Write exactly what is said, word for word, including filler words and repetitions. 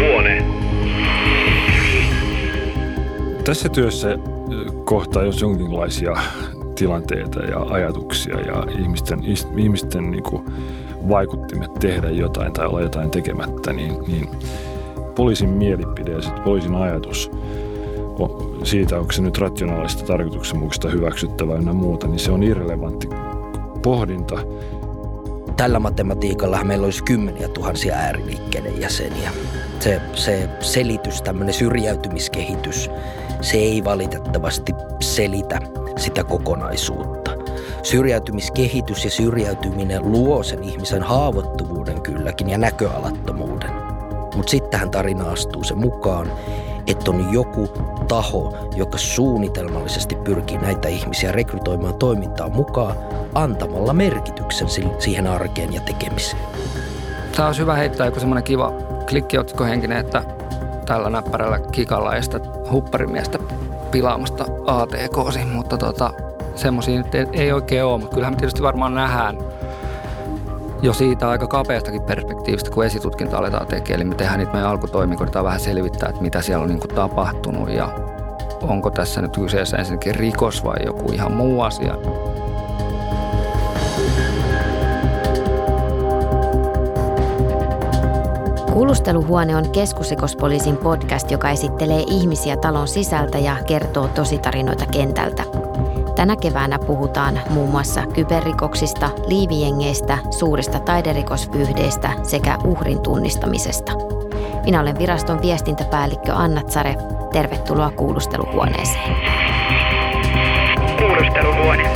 Kuulusteluhuone. Tässä työssä kohtaa jos jonkinlaisia tilanteita ja ajatuksia ja ihmisten, ihmisten niin kuin vaikuttimet tehdä jotain tai olla jotain tekemättä, niin, niin poliisin mielipide ja poliisin ajatus siitä, onko se nyt rationaalista, tarkoituksenmukaista, hyväksyttävää ja muuta, niin se on irrelevantti pohdinta. Tällä matematiikalla meillä olisi kymmeniä tuhansia ääriliikkeiden jäseniä. Se, se selitys, tämmöinen syrjäytymiskehitys, se ei valitettavasti selitä sitä kokonaisuutta. Syrjäytymiskehitys ja syrjäytyminen luo sen ihmisen haavoittuvuuden kylläkin ja näköalattomuuden. Mutta sitten tähän tarinaan astuu se mukaan, että on joku taho, joka suunnitelmallisesti pyrkii näitä ihmisiä rekrytoimaan toimintaan mukaan antamalla merkityksen siihen arkeen ja tekemiseen. Tämä olisi hyvä heittää joku semmoinen kiva klikkiotsikkohenkinen, että tällä näppärällä kikalla estät hupparimiestä pilaamasta A T K:si, mutta tota, semmoisia nyt ei, ei oikein ole, mutta kyllähän me tietysti varmaan nähdään jo siitä aika kapeastakin perspektiivistä, kun esitutkinta aletaan tekemään. Eli me tehdään niitä meidän alkutoimia, koitetaan vähän selvittää, että mitä siellä on niin kuin tapahtunut ja onko tässä nyt kyseessä ensinnäkin rikos vai joku ihan muu asia. Kuulusteluhuone on keskusrikospoliisin podcast, joka esittelee ihmisiä talon sisältä ja kertoo tositarinoita kentältä. Tänä keväänä puhutaan muun muassa kyberrikoksista, liivijengeistä, suurista taiderikosvyyhdeistä sekä uhrin tunnistamisesta. Minä olen viraston viestintäpäällikkö Anna Tsare. Tervetuloa kuulusteluhuoneeseen. Kuulusteluhuone.